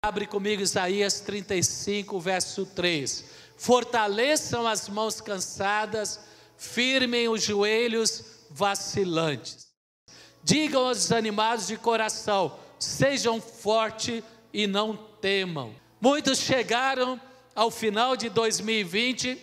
Abre comigo Isaías 35, verso 3. Fortaleçam as mãos cansadas, firmem os joelhos vacilantes. Digam aos desanimados de coração, sejam fortes e não temam. Muitos chegaram ao final de 2020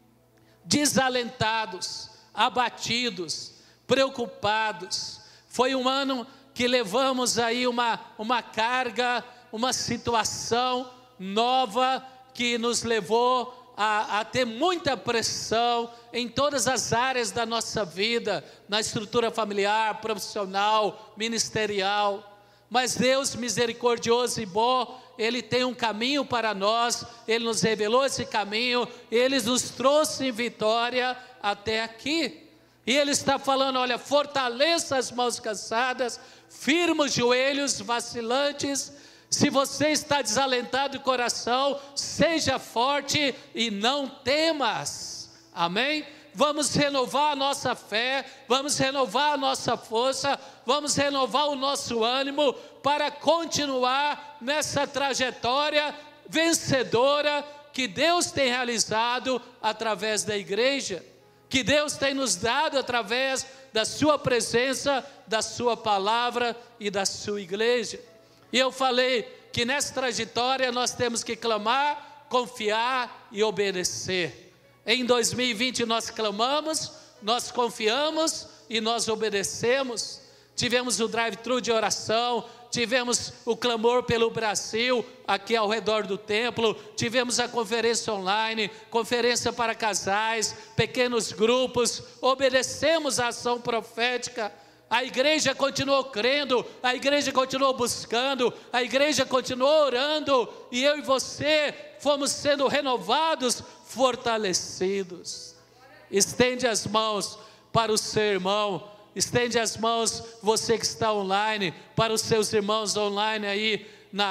desalentados, abatidos, preocupados. Foi um ano que levamos aí uma carga, uma situação nova que nos levou a ter muita pressão em todas as áreas da nossa vida, na estrutura familiar, profissional, ministerial. Mas Deus misericordioso e bom, Ele tem um caminho para nós, Ele nos revelou esse caminho, Ele nos trouxe em vitória até aqui. E Ele está falando, olha, fortaleça as mãos cansadas, firma os joelhos vacilantes. Se você está desalentado de coração, seja forte e não temas. Amém? Vamos renovar a nossa fé, vamos renovar a nossa força, vamos renovar o nosso ânimo para continuar nessa trajetória vencedora que Deus tem realizado através da igreja, que Deus tem nos dado através da sua presença, da sua palavra e da sua igreja. E eu falei que nessa trajetória nós temos que clamar, confiar e obedecer. Em 2020 nós clamamos, nós confiamos e nós obedecemos. Tivemos o drive-thru de oração, tivemos o clamor pelo Brasil, aqui ao redor do templo, tivemos a conferência online, conferência para casais, pequenos grupos, obedecemos a ação profética. A igreja continuou crendo, a igreja continuou buscando, a igreja continuou orando, e eu e você fomos sendo renovados, fortalecidos. Estende as mãos para o seu irmão, estende as mãos, você que está online, para os seus irmãos online aí,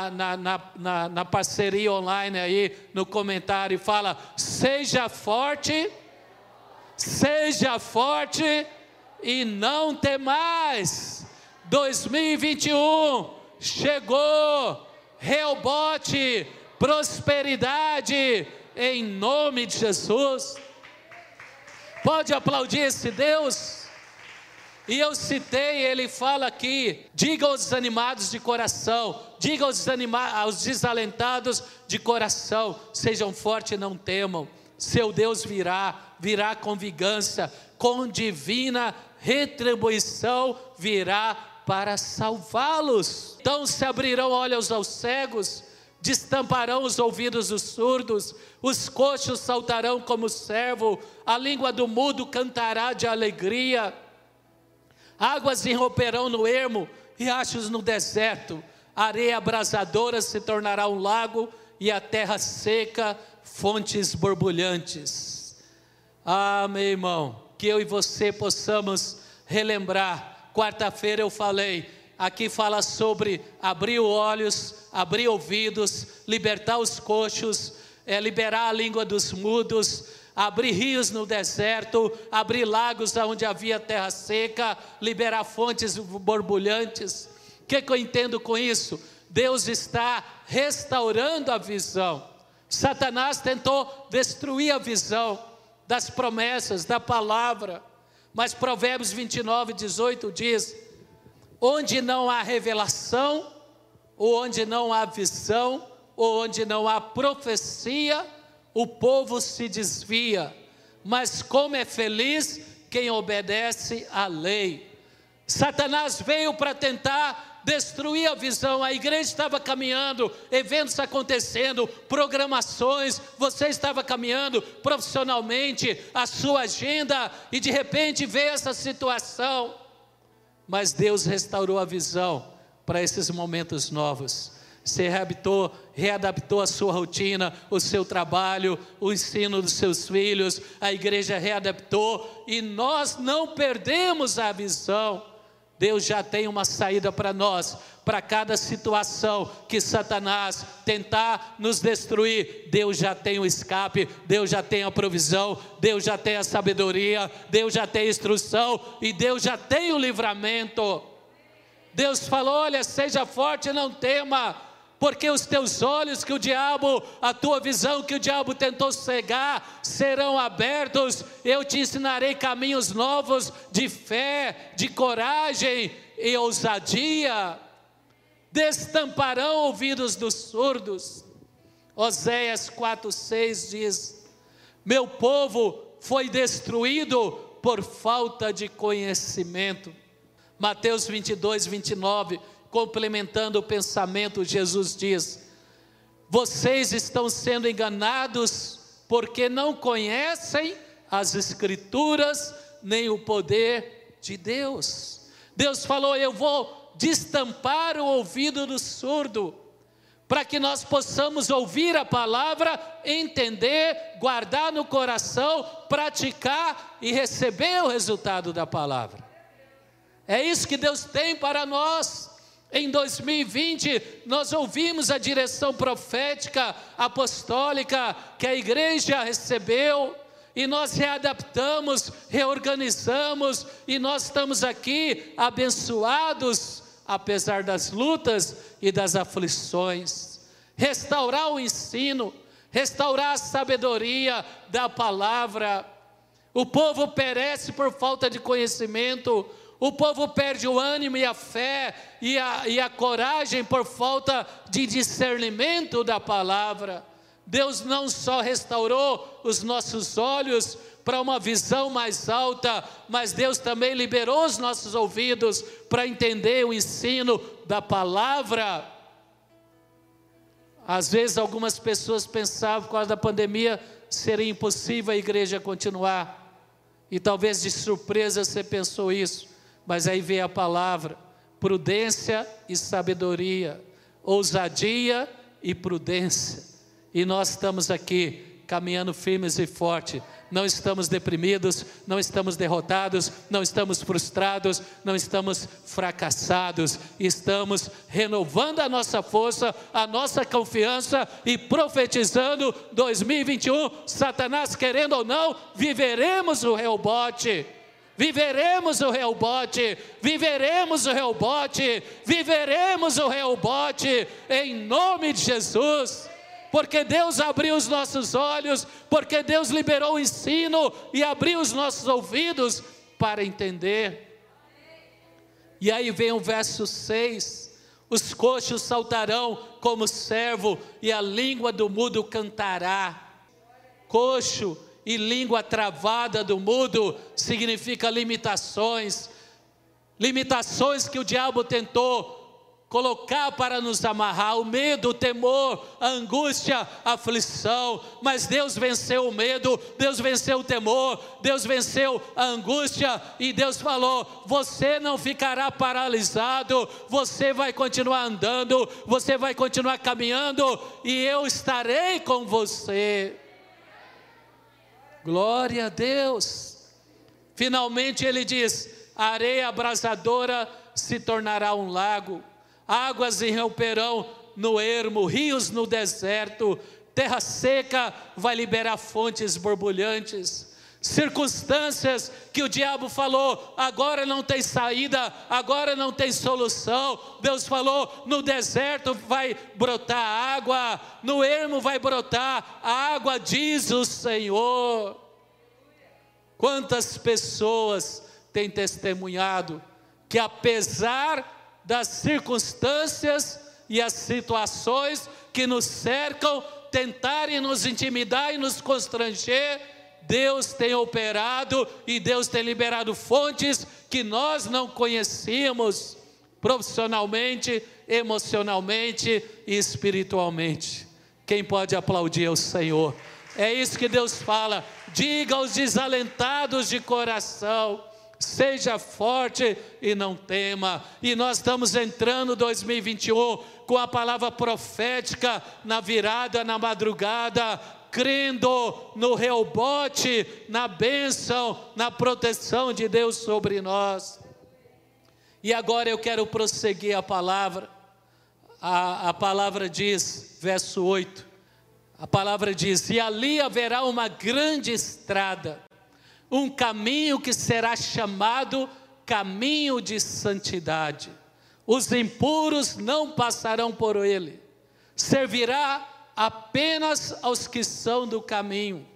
na parceria online aí, no comentário, e fala, seja forte e não temais. 2021 chegou, rebote, prosperidade, em nome de Jesus. Pode aplaudir esse Deus? E eu citei, ele fala aqui, diga aos desanimados de coração, diga aos desalentados de coração, sejam fortes e não temam. Seu Deus virá com vingança, com divina retribuição virá para salvá-los. Então se abrirão olhos aos cegos, destamparão os ouvidos dos surdos, os coxos saltarão como servo, a língua do mudo cantará de alegria. Águas irromperão no ermo, riachos no deserto, areia abrasadora se tornará um lago, e a terra seca, fontes borbulhantes. Amém, irmão? Que eu e você possamos relembrar. Quarta-feira eu falei, aqui fala sobre abrir olhos, abrir ouvidos, libertar os coxos, liberar a língua dos mudos, abrir rios no deserto, abrir lagos onde havia terra seca, liberar fontes borbulhantes. O que eu entendo com isso? Deus está restaurando a visão. Satanás tentou destruir a visão das promessas, da palavra, mas Provérbios 29, 18 diz, onde não há revelação, ou onde não há visão, ou onde não há profecia, o povo se desvia, mas como é feliz quem obedece à lei. Satanás veio para tentar destruir a visão. A igreja estava caminhando, eventos acontecendo, programações, você estava caminhando profissionalmente, a sua agenda, e de repente veio essa situação, mas Deus restaurou a visão para esses momentos novos. Você readaptou a sua rotina, o seu trabalho, o ensino dos seus filhos, a igreja readaptou, e nós não perdemos a visão. Deus já tem uma saída para nós, para cada situação que Satanás tentar nos destruir. Deus já tem o escape, Deus já tem a provisão, Deus já tem a sabedoria, Deus já tem a instrução, e Deus já tem o livramento. Deus falou, olha, seja forte e não tema. porque os teus olhos que o diabo, a tua visão que o diabo tentou cegar, serão abertos. Eu te ensinarei caminhos novos de fé, de coragem e ousadia. Destamparão ouvidos dos surdos. Oséias 4:6 diz: meu povo foi destruído por falta de conhecimento. Mateus 22:29, complementando o pensamento, Jesus diz: vocês estão sendo enganados porque não conhecem as Escrituras nem o poder de Deus. Deus falou: eu vou destampar o ouvido do surdo, para que nós possamos ouvir a palavra, entender, guardar no coração, praticar e receber o resultado da palavra. É isso que Deus tem para nós. Em 2020, nós ouvimos a direção profética, apostólica, que a igreja recebeu, e nós readaptamos, reorganizamos, e nós estamos aqui abençoados, apesar das lutas e das aflições. Restaurar o ensino, restaurar a sabedoria da palavra. O povo perece por falta de conhecimento, o povo perde o ânimo e a fé e a coragem por falta de discernimento da palavra. Deus não só restaurou os nossos olhos para uma visão mais alta, mas Deus também liberou os nossos ouvidos para entender o ensino da palavra. Às vezes algumas pessoas pensavam, por causa da pandemia, seria impossível a igreja continuar, e talvez de surpresa você pensou isso, mas aí veio a palavra: prudência e sabedoria, ousadia e prudência, e nós estamos aqui caminhando firmes e fortes. Não estamos deprimidos, não estamos derrotados, não estamos frustrados, não estamos fracassados. Estamos renovando a nossa força, a nossa confiança e profetizando 2021, Satanás querendo ou não, viveremos o rebote. Viveremos o rebote, viveremos o rebote, viveremos o rebote, em nome de Jesus. Porque Deus abriu os nossos olhos, porque Deus liberou o ensino e abriu os nossos ouvidos para entender. E aí vem o verso 6: os coxos saltarão como servo, e a língua do mudo cantará. Coxo e língua travada do mudo significa limitações, limitações que o diabo tentou colocar para nos amarrar, o medo, o temor, a angústia, a aflição, mas Deus venceu o medo, Deus venceu o temor, Deus venceu a angústia, e Deus falou: você não ficará paralisado, você vai continuar andando, você vai continuar caminhando, e eu estarei com você. Glória a Deus. Finalmente ele diz: a areia abrasadora se tornará um lago, águas irromperão no ermo, rios no deserto, terra seca vai liberar fontes borbulhantes. Circunstâncias que o diabo falou: agora não tem saída, agora não tem solução. Deus falou: no deserto vai brotar água, no ermo vai brotar água, diz o Senhor. Quantas pessoas têm testemunhado que, apesar das circunstâncias e as situações que nos cercam, tentarem nos intimidar e nos constranger, Deus tem operado e Deus tem liberado fontes que nós não conhecíamos, profissionalmente, emocionalmente e espiritualmente. Quem pode aplaudir ao Senhor? É isso que Deus fala: diga aos desalentados de coração: seja forte e não tema. E nós estamos entrando 2021 com a palavra profética na virada, na madrugada, crendo no rebote, na bênção, na proteção de Deus sobre nós. E agora eu quero prosseguir a palavra. A palavra diz, verso 8, a palavra diz: e ali haverá uma grande estrada, um caminho que será chamado caminho de santidade. Os impuros não passarão por ele, servirá apenas aos que são do caminho.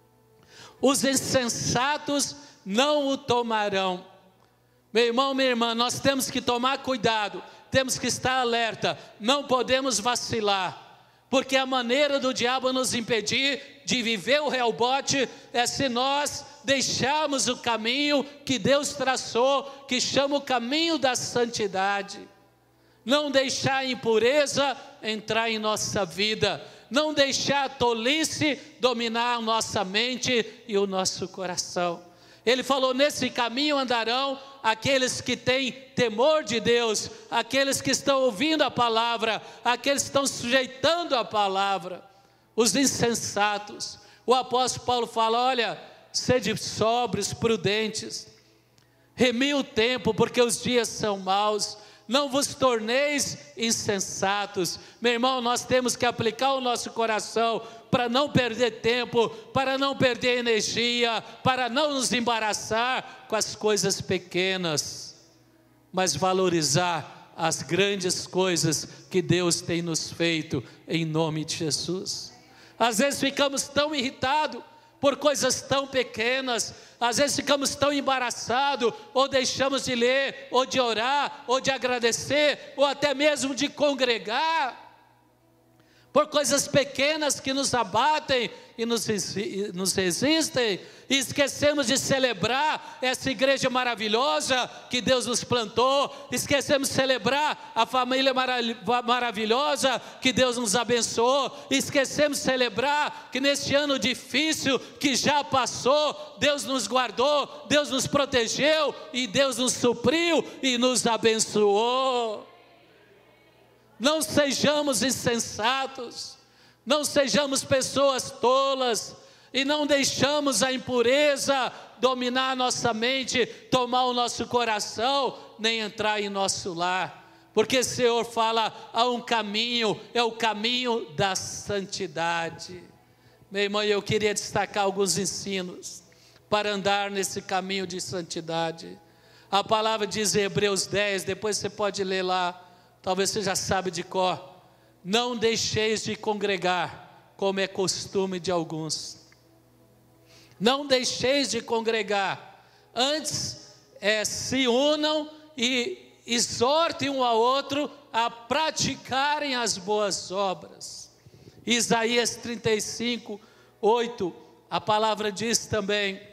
Os insensatos não o tomarão. Meu irmão, minha irmã, nós temos que tomar cuidado, temos que estar alerta, não podemos vacilar, porque a maneira do diabo nos impedir de viver o Rehobote é se nós deixarmos o caminho que Deus traçou, que chama o caminho da santidade. Não deixar a impureza entrar em nossa vida, não deixar a tolice dominar a nossa mente e o nosso coração. Ele falou: nesse caminho andarão aqueles que têm temor de Deus, aqueles que estão ouvindo a palavra, aqueles que estão sujeitando a palavra. Os insensatos, o apóstolo Paulo fala: olha, sede sóbrios, prudentes, remi o tempo, porque os dias são maus. Não vos torneis insensatos. Meu irmão, nós temos que aplicar o nosso coração para não perder tempo, para não perder energia, para não nos embaraçar com as coisas pequenas, mas valorizar as grandes coisas que Deus tem nos feito, em nome de Jesus. Às vezes ficamos tão irritados por coisas tão pequenas, às vezes ficamos tão embaraçados, ou deixamos de ler, ou de orar, ou de agradecer, ou até mesmo de congregar, por coisas pequenas que nos abatem e nos resistem, e esquecemos de celebrar essa igreja maravilhosa que Deus nos plantou, esquecemos de celebrar a família maravilhosa que Deus nos abençoou, esquecemos de celebrar que neste ano difícil que já passou, Deus nos guardou, Deus nos protegeu, e Deus nos supriu e nos abençoou. Não sejamos insensatos, não sejamos pessoas tolas, e não deixamos a impureza dominar a nossa mente, tomar o nosso coração, nem entrar em nosso lar, porque o Senhor fala: há um caminho, é o caminho da santidade. Meu irmão, eu queria destacar alguns ensinos para andar nesse caminho de santidade. A palavra diz em Hebreus 10, depois você pode ler lá, talvez você já sabe de cor: não deixeis de congregar, como é costume de alguns. Não deixeis de congregar, antes se unam e exortem um ao outro a praticarem as boas obras. Isaías 35, 8, a palavra diz também,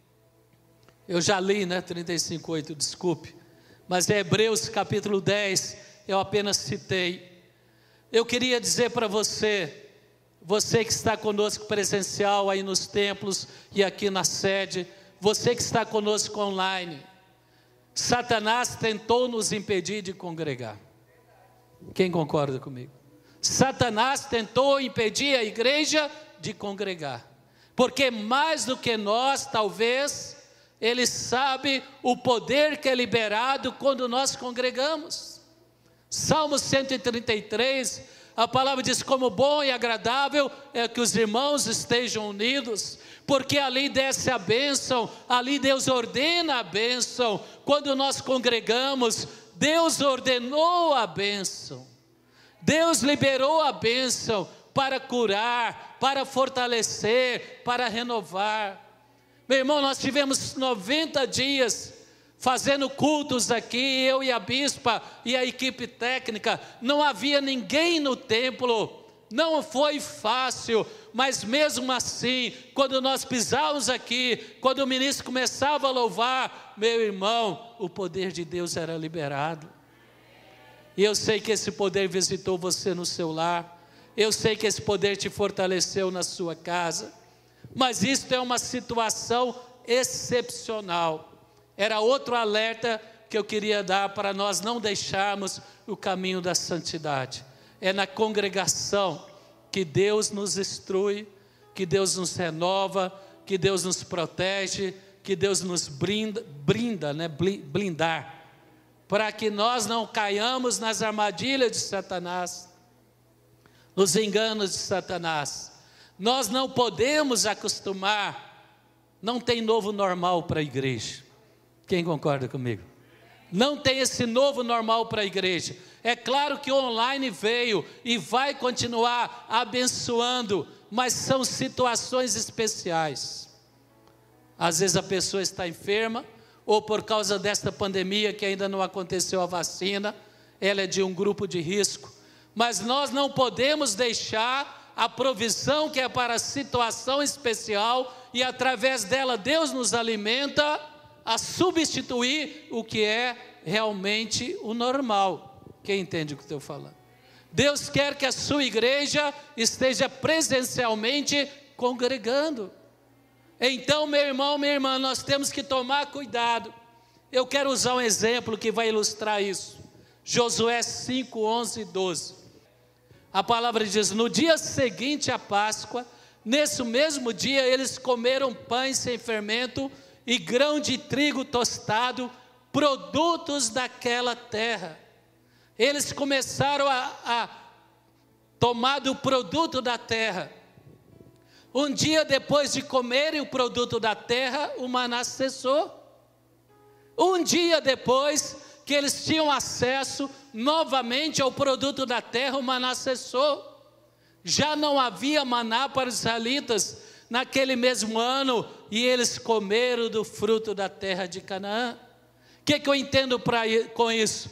eu já li, 35, 8, desculpe, mas é Hebreus capítulo 10, eu apenas citei. Eu queria dizer para você que está conosco presencial aí nos templos e aqui na sede, você que está conosco online, Satanás tentou nos impedir de congregar. Quem concorda comigo? Satanás tentou impedir a igreja de congregar, porque mais do que nós, talvez, ele sabe o poder que é liberado quando nós congregamos. Salmo 133, a palavra diz: como bom e agradável é que os irmãos estejam unidos, porque ali desce a bênção, ali Deus ordena a bênção. Quando nós congregamos, Deus ordenou a bênção, Deus liberou a bênção para curar, para fortalecer, para renovar. Meu irmão, nós tivemos 90 dias fazendo cultos aqui, eu e a bispa e a equipe técnica. Não havia ninguém no templo, não foi fácil, mas mesmo assim, quando nós pisávamos aqui, quando o ministro começava a louvar, meu irmão, o poder de Deus era liberado. E eu sei que esse poder visitou você no seu lar, eu sei que esse poder te fortaleceu na sua casa, mas isso é uma situação excepcional. Era outro alerta que eu queria dar para nós não deixarmos o caminho da santidade. É na congregação que Deus nos instrui, que Deus nos renova, que Deus nos protege, que Deus nos blindar, para que nós não caiamos nas armadilhas de Satanás, nos enganos de Satanás. Nós não podemos acostumar, não tem novo normal para a igreja. Quem concorda comigo? Não tem esse novo normal para a igreja. É claro que o online veio e vai continuar abençoando, mas são situações especiais. Às vezes a pessoa está enferma, ou por causa desta pandemia que ainda não aconteceu a vacina, ela é de um grupo de risco. Mas nós não podemos deixar a provisão que é para a situação especial, e através dela Deus nos alimenta, a substituir o que é realmente o normal. Quem entende o que eu estou falando? Deus quer que a sua igreja esteja presencialmente congregando. Então, meu irmão, minha irmã, nós temos que tomar cuidado. Eu quero usar um exemplo que vai ilustrar isso. Josué 5, 11 e 12. A palavra diz: no dia seguinte à Páscoa, nesse mesmo dia, eles comeram pães sem fermento e grão de trigo tostado, produtos daquela terra. Eles começaram a tomar do produto da terra. Um dia depois de comerem o produto da terra, o maná cessou. Um dia depois que eles tinham acesso novamente ao produto da terra, o maná cessou. Já não havia maná para os israelitas naquele mesmo ano, e eles comeram do fruto da terra de Canaã. O que eu entendo com isso?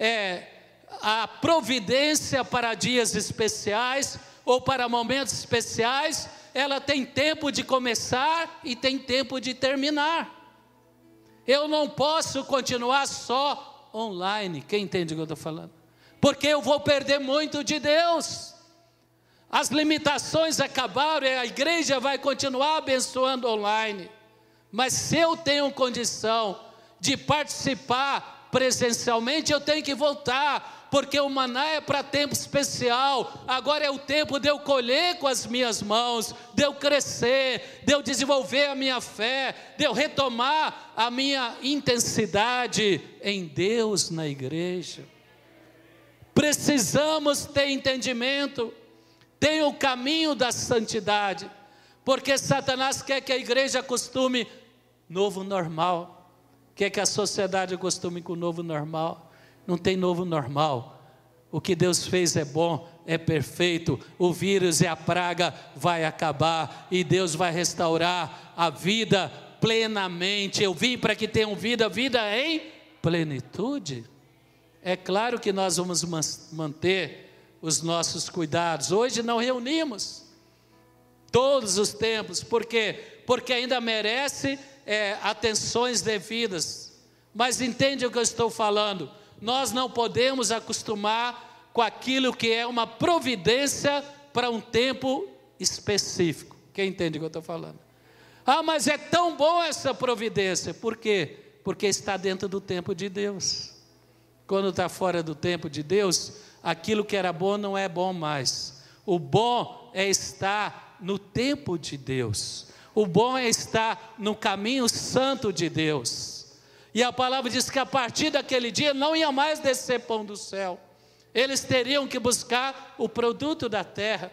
A providência para dias especiais ou para momentos especiais, ela tem tempo de começar e tem tempo de terminar. Eu não posso continuar só online. Quem entende o que eu estou falando? Porque eu vou perder muito de Deus. As limitações acabaram e a igreja vai continuar abençoando online. Mas se eu tenho condição de participar presencialmente, eu tenho que voltar, porque o maná é para tempo especial. Agora é o tempo de eu colher com as minhas mãos, de eu crescer, de eu desenvolver a minha fé, de eu retomar a minha intensidade em Deus na igreja. Precisamos ter entendimento. Tem o caminho da santidade, porque Satanás quer que a igreja acostume novo normal, quer que a sociedade acostume com o novo normal. Não tem novo normal. O que Deus fez é bom, é perfeito. O vírus e a praga vai acabar e Deus vai restaurar a vida plenamente. Eu vim para que tenham vida, vida em plenitude. É claro que nós vamos manter os nossos cuidados. Hoje não reunimos todos os tempos. Por quê? Porque ainda merece atenções devidas. Mas entende o que eu estou falando? Nós não podemos acostumar com aquilo que é uma providência para um tempo específico. Quem entende o que eu estou falando? Ah, mas é tão bom essa providência. Por quê? Porque está dentro do tempo de Deus. Quando está fora do tempo de Deus, aquilo que era bom não é bom mais. O bom é estar no tempo de Deus. O bom é estar no caminho santo de Deus. E a palavra diz que a partir daquele dia não ia mais descer pão do céu. Eles teriam que buscar o produto da terra.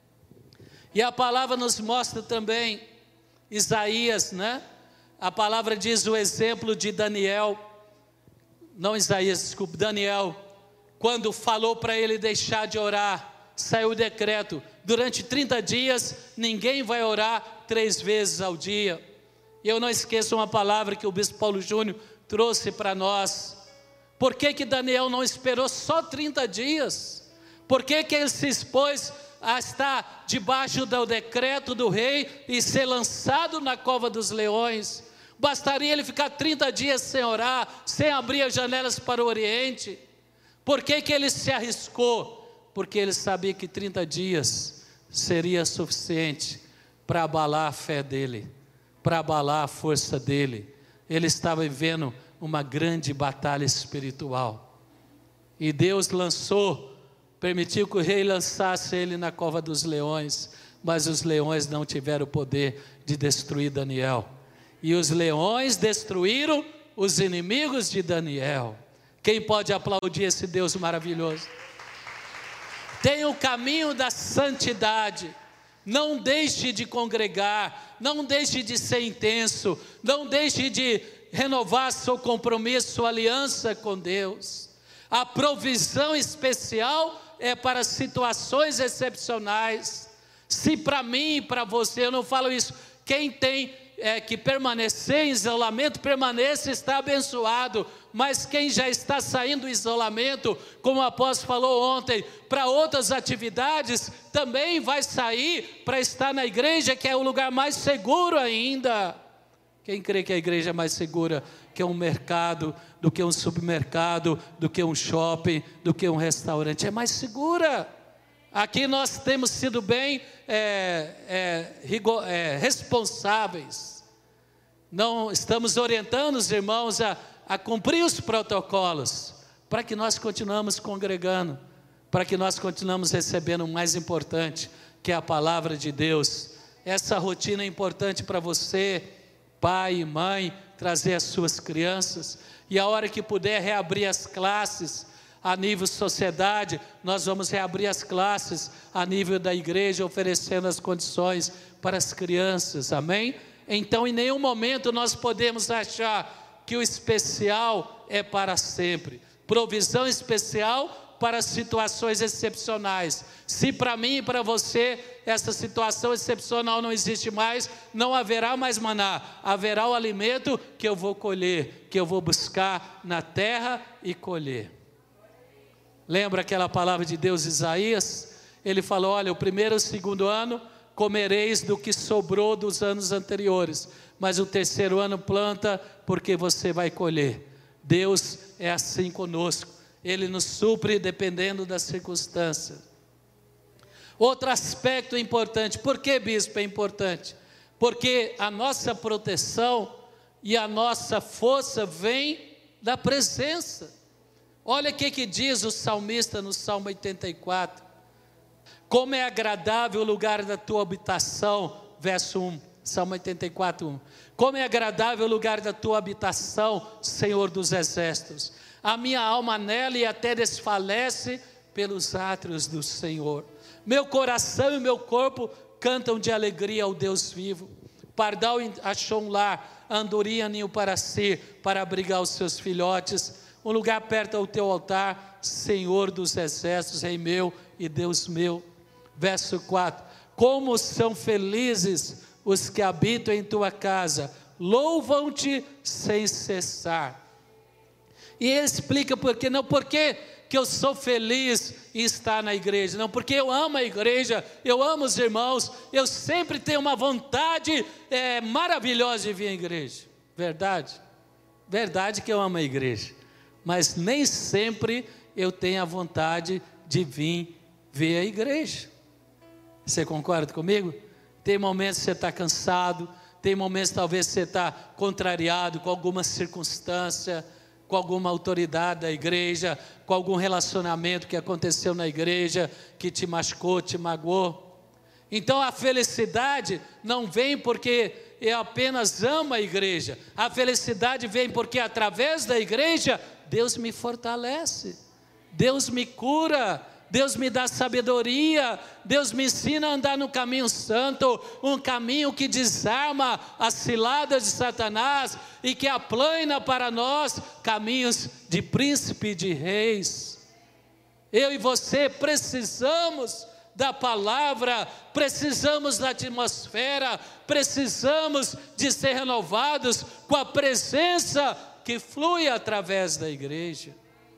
E a palavra nos mostra também, Isaías, né? A palavra diz o exemplo de Daniel. Não Isaías, desculpe, Daniel. Quando falou para ele deixar de orar, saiu o decreto: durante 30 dias, ninguém vai orar 3 vezes ao dia. E eu não esqueço uma palavra que o bispo Paulo Júnior trouxe para nós. Por que Daniel não esperou só 30 dias? Por que ele se expôs a estar debaixo do decreto do rei e ser lançado na cova dos leões? Bastaria ele ficar 30 dias sem orar, sem abrir as janelas para o Oriente. Por que ele se arriscou? Porque ele sabia que 30 dias seria suficiente para abalar a fé dele, para abalar a força dele. Ele estava vivendo uma grande batalha espiritual. E Deus permitiu que o rei lançasse ele na cova dos leões, mas os leões não tiveram o poder de destruir Daniel. E os leões destruíram os inimigos de Daniel. Quem pode aplaudir esse Deus maravilhoso? Tem o caminho da santidade. Não deixe de congregar, não deixe de ser intenso, não deixe de renovar seu compromisso, sua aliança com Deus. A provisão especial é para situações excepcionais. Se para mim e para você, eu não falo isso, quem tem que permanecer em isolamento, permaneça, está abençoado. Mas quem já está saindo do isolamento, como o apóstolo falou ontem, para outras atividades, também vai sair para estar na igreja, que é o lugar mais seguro ainda. Quem crê que a igreja é mais segura que um mercado, do que um supermercado, do que um shopping, do que um restaurante? É mais segura. Aqui nós temos sido bem responsáveis. Não estamos orientando os irmãos a cumprir os protocolos, para que nós continuemos congregando, para que nós continuemos recebendo o mais importante, que é a palavra de Deus. Essa rotina é importante para você, pai e mãe, trazer as suas crianças, e a hora que puder reabrir as classes, a nível sociedade, nós vamos reabrir as classes a nível da igreja, oferecendo as condições para as crianças, amém? Então, em nenhum momento nós podemos achar que o especial é para sempre. Provisão especial para situações excepcionais. Se para mim e para você essa situação excepcional não existe mais, não haverá mais maná, haverá o alimento que eu vou colher, que eu vou buscar na terra e colher. Lembra aquela palavra de Deus, Isaías? Ele falou, olha, o primeiro e o segundo ano comereis do que sobrou dos anos anteriores, mas o terceiro ano planta, porque você vai colher. Deus é assim conosco, Ele nos supre dependendo das circunstâncias. Outro aspecto importante, por que, bispo, é importante? Porque a nossa proteção e a nossa força vem da presença. Olha o que diz o salmista no Salmo 84. Como é agradável o lugar da tua habitação, verso 1, Salmo 84, 1. Como é agradável o lugar da tua habitação, Senhor dos exércitos. A minha alma nela e até desfalece pelos átrios do Senhor. Meu coração e meu corpo cantam de alegria ao Deus vivo. Pardal achou um lar, andorinha ninho para si, para abrigar os seus filhotes. Um lugar perto ao teu altar, Senhor dos exércitos, Rei meu e Deus meu. Verso 4, como são felizes os que habitam em tua casa, louvam-te sem cessar. E ele explica por quê, não porque que eu sou feliz em estar na igreja, não, porque eu amo a igreja, eu amo os irmãos, eu sempre tenho uma vontade maravilhosa de vir à igreja. Verdade? Verdade que eu amo a igreja, mas nem sempre eu tenho a vontade de vir ver a igreja. Você concorda comigo? Tem momentos que você está cansado, tem momentos talvez você está contrariado com alguma circunstância, com alguma autoridade da igreja, com algum relacionamento que aconteceu na igreja, que te machucou, te magoou. Então a felicidade não vem porque eu apenas amo a igreja, a felicidade vem porque através da igreja, Deus me fortalece, Deus me cura, Deus me dá sabedoria, Deus me ensina a andar no caminho santo, um caminho que desarma as ciladas de Satanás e que aplana para nós caminhos de príncipe e de reis. Eu e você precisamos da palavra, precisamos da atmosfera, precisamos de ser renovados com a presença que flui através da igreja.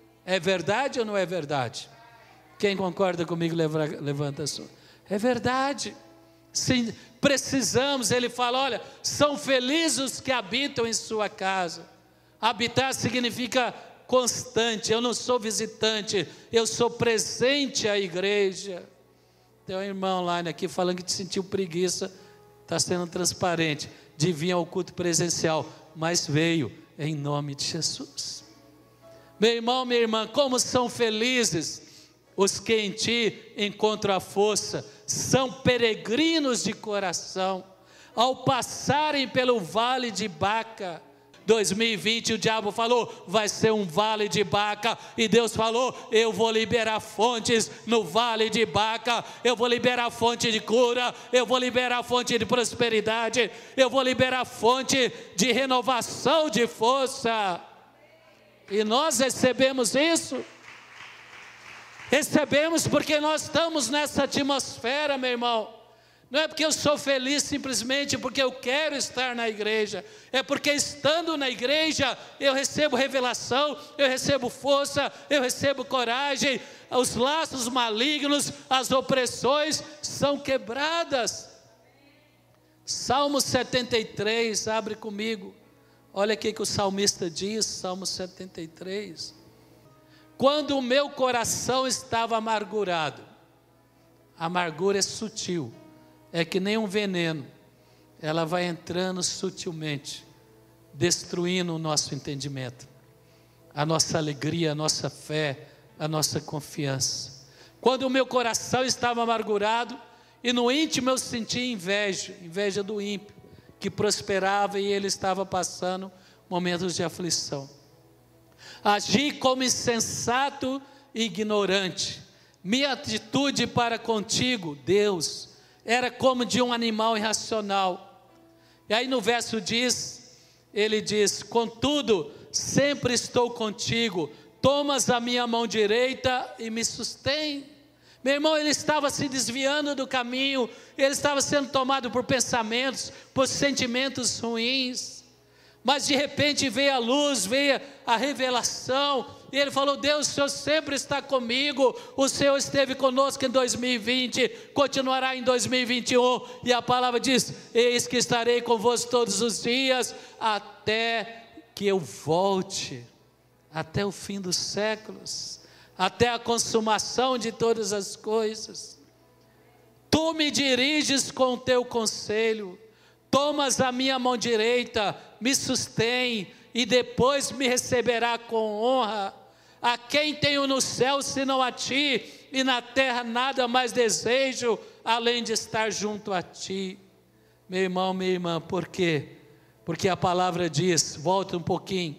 É verdade ou não é verdade? Quem concorda comigo, levanta a sua. É verdade. Sim, precisamos, ele fala, olha, são felizes os que habitam em sua casa. Habitar significa constante, eu não sou visitante, eu sou presente à igreja. Tem um irmão lá aqui falando que te sentiu preguiça, está sendo transparente, de vir ao culto presencial, mas veio em nome de Jesus. Meu irmão, minha irmã, como são felizes os que em ti encontram a força, são peregrinos de coração, ao passarem pelo vale de Baca. 2020 o diabo falou, vai ser um vale de Baca, e Deus falou, eu vou liberar fontes no vale de Baca, eu vou liberar fonte de cura, eu vou liberar fonte de prosperidade, eu vou liberar fonte de renovação de força, e nós recebemos isso. Recebemos porque nós estamos nessa atmosfera, meu irmão. Não é porque eu sou feliz simplesmente porque eu quero estar na igreja. É porque estando na igreja eu recebo revelação, eu recebo força, eu recebo coragem. Os laços malignos, as opressões são quebradas. Salmo 73, abre comigo. Olha o que o salmista diz, Salmo 73. Quando o meu coração estava amargurado, a amargura é sutil. É que nem um veneno, ela vai entrando sutilmente, destruindo o nosso entendimento, a nossa alegria, a nossa fé, a nossa confiança. Quando o meu coração estava amargurado, e no íntimo eu sentia inveja do ímpio, que prosperava e ele estava passando momentos de aflição. Agi como insensato e ignorante, minha atitude para contigo, Deus, era como de um animal irracional. E aí no verso ele diz, contudo, sempre estou contigo, tomas a minha mão direita e me sustém. Meu irmão, ele estava se desviando do caminho, ele estava sendo tomado por pensamentos, por sentimentos ruins, mas de repente veio a luz, veio a revelação, e ele falou, Deus, o Senhor sempre está comigo, o Senhor esteve conosco em 2020, continuará em 2021, e a palavra diz, eis que estarei convosco todos os dias, até que eu volte, até o fim dos séculos, até a consumação de todas as coisas. Tu me diriges com o teu conselho, tomas a minha mão direita, me sustém, e depois me receberá com honra. A quem tenho no céu senão a ti, e na terra nada mais desejo, além de estar junto a ti. Meu irmão, minha irmã, por quê? Porque a palavra diz, volta um pouquinho,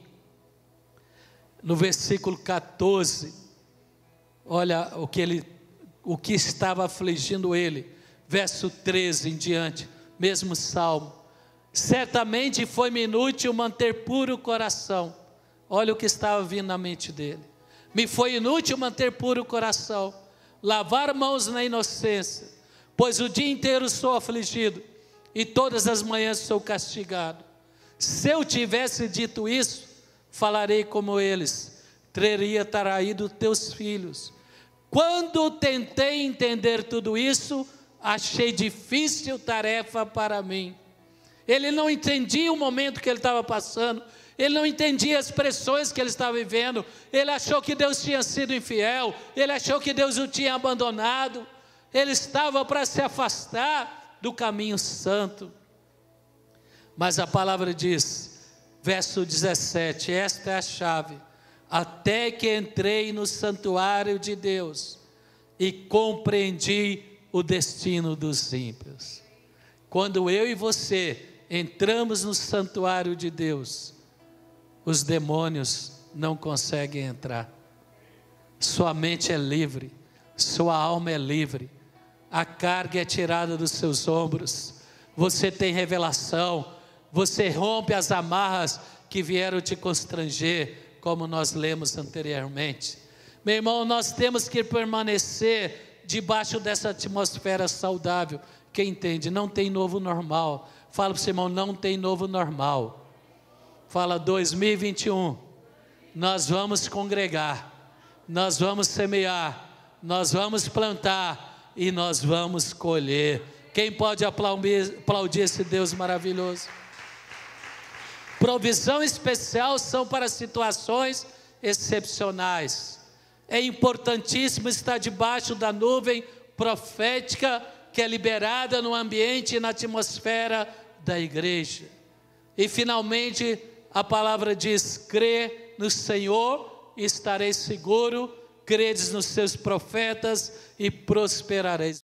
no versículo 14, olha o que estava afligindo ele, verso 13 em diante, mesmo salmo. Certamente foi-me inútil manter puro o coração. Olha o que estava vindo na mente dele. Me foi inútil manter puro o coração, lavar mãos na inocência, pois o dia inteiro sou afligido, e todas as manhãs sou castigado. Se eu tivesse dito isso, falarei como eles, teria traído teus filhos. Quando tentei entender tudo isso, achei difícil tarefa para mim. Ele não entendia o momento que ele estava passando, ele não entendia as pressões que ele estava vivendo, ele achou que Deus tinha sido infiel, ele achou que Deus o tinha abandonado, ele estava para se afastar do caminho santo. Mas a palavra diz, verso 17, esta é a chave, até que entrei no santuário de Deus e compreendi o destino dos ímpios. Quando eu e você entramos no santuário de Deus, os demônios não conseguem entrar. Sua mente é livre, sua alma é livre, a carga é tirada dos seus ombros, você tem revelação, você rompe as amarras que vieram te constranger, como nós lemos anteriormente. Meu irmão, nós temos que permanecer debaixo dessa atmosfera saudável. Quem entende? Não tem novo normal. Fala para o seu irmão, não tem novo normal. Fala 2021, nós vamos congregar, nós vamos semear, nós vamos plantar e nós vamos colher. Quem pode aplaudir esse Deus maravilhoso? Provisão especial são para situações excepcionais. É importantíssimo estar debaixo da nuvem profética que é liberada no ambiente e na atmosfera da igreja. E finalmente a palavra diz, crê no Senhor e estareis seguro, credes nos seus profetas e prosperareis.